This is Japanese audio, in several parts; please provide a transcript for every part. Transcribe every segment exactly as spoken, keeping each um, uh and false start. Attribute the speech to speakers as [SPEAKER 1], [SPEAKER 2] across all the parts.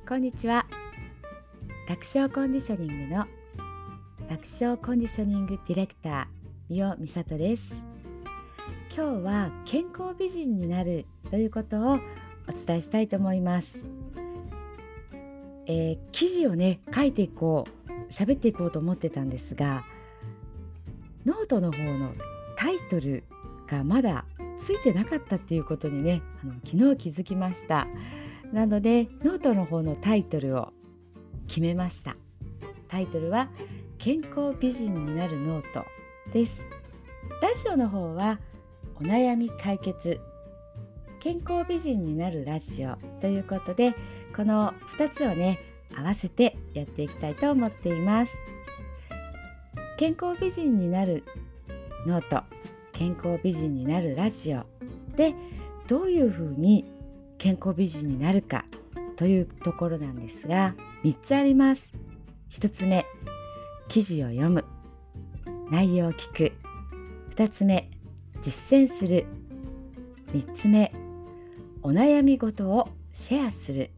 [SPEAKER 1] こんにちは。楽勝コンディショニングの楽勝コンディショニングディレクター三尾美里です。今日は健康美人になるということをお伝えしたいと思います。えー、記事をね書いていこう喋っていこうと思ってたんですが、ノートの方のタイトルがまだついてなかったっていうことにねあの昨日気づきました。なのでノートの方のタイトルを決めました。タイトルは健康美人になるノートです。ラジオの方はお悩み解決健康美人になるラジオということで、このふたつをね合わせてやっていきたいと思っています。健康美人になるノート、健康美人になるラジオでどういうふうに健康美人になるかというところなんですが、みっつあります。ひとつめ、記事を読む、内容を聞く。ふたつめ、実践する。みっつめ、お悩み事をシェアする。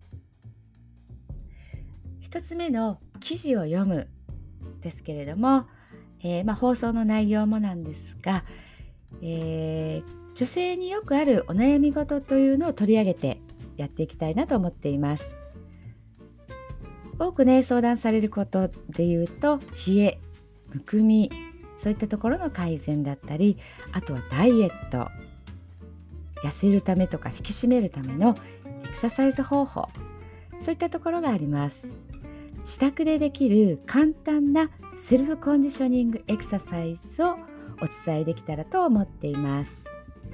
[SPEAKER 1] ひとつめの記事を読むですけれども、えーまあ、放送の内容もなんですが、えー女性によくあるお悩み事というのを取り上げてやっていきたいなと思っています。多くね相談されることでいうと、冷え、むくみ、そういったところの改善だったり、あとはダイエット、痩せるためとか引き締めるためのエクササイズ方法、そういったところがあります。自宅でできる簡単なセルフコンディショニングエクササイズをお伝えできたらと思っています。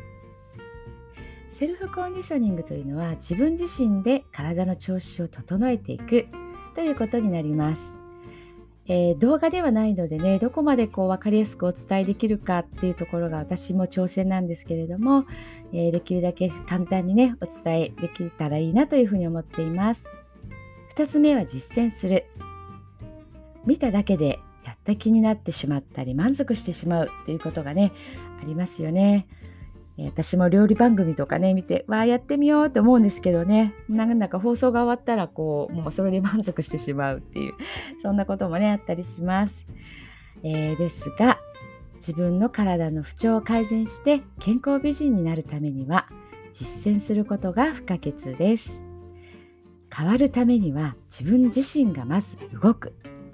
[SPEAKER 1] セルフコンディショニングというのは自分自身で体の調子を整えていくということになります。えー、動画ではないのでね、どこまでこう分かりやすくお伝えできるかっていうところが私も挑戦なんですけれども、えー、できるだけ簡単にねお伝えできたらいいなというふうに思っています。ふたつめは実践する。見ただけでやった気になってしまったり満足してしまうっていうことがねありますよね。私も料理番組とかね見て、わあやってみようと思うんですけどね、なんだか放送が終わったらこうもうそれで満足してしまうっていうそんなこともねあったりします。えー、ですが自分の体の不調を改善して健康美人になるためには実践することが不可欠です。変わるためには自分自身がまず動く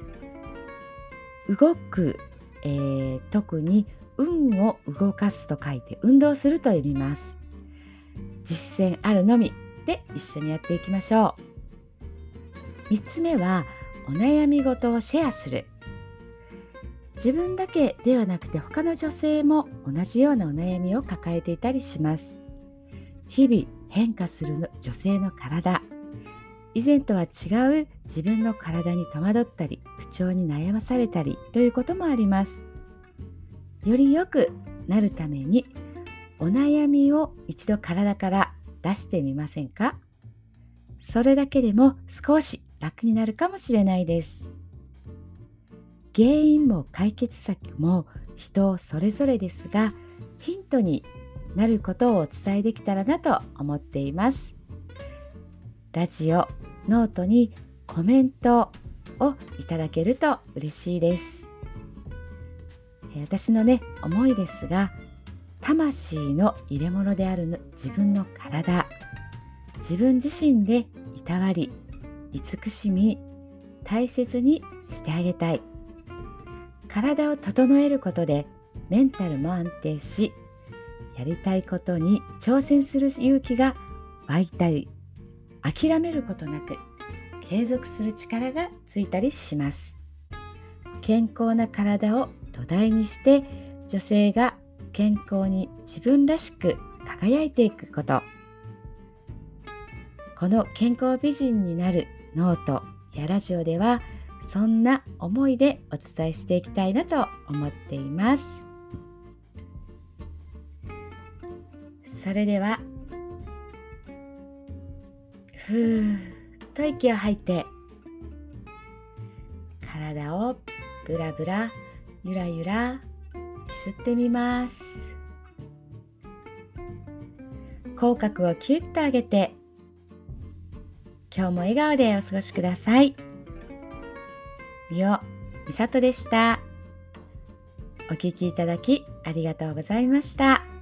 [SPEAKER 1] 動く、えー、特に運を動かすと書いて運動すると読みます。実践あるのみで一緒にやっていきましょう。みっつめはお悩み事をシェアする。自分だけではなくて他の女性も同じようなお悩みを抱えていたりします。日々変化する女性の体、以前とは違う自分の体に戸惑ったり不調に悩まされたりということもあります。より良くなるためにお悩みを一度体から出してみませんか？それだけでも少し楽になるかもしれないです。原因も解決策も人それぞれですが、ヒントになることをお伝えできたらなと思っています。ラジオ、ノートにコメントをいただけると嬉しいです。私のね思いですが、魂の入れ物である自分の体、自分自身でいたわり慈しみ大切にしてあげたい。体を整えることでメンタルも安定し、やりたいことに挑戦する勇気が湧いたり、諦めることなく継続する力がついたりします。健康な体を土台にして女性が健康に自分らしく輝いていくこと、この健康美人になるノートやラジオではそんな思いでお伝えしていきたいなと思っています。それではふーっと息を吐いて、体をブラブラゆらゆら吸ってみます。口角をキュッと上げて今日も笑顔でお過ごしください。みよみさとでした。お聞きいただきありがとうございました。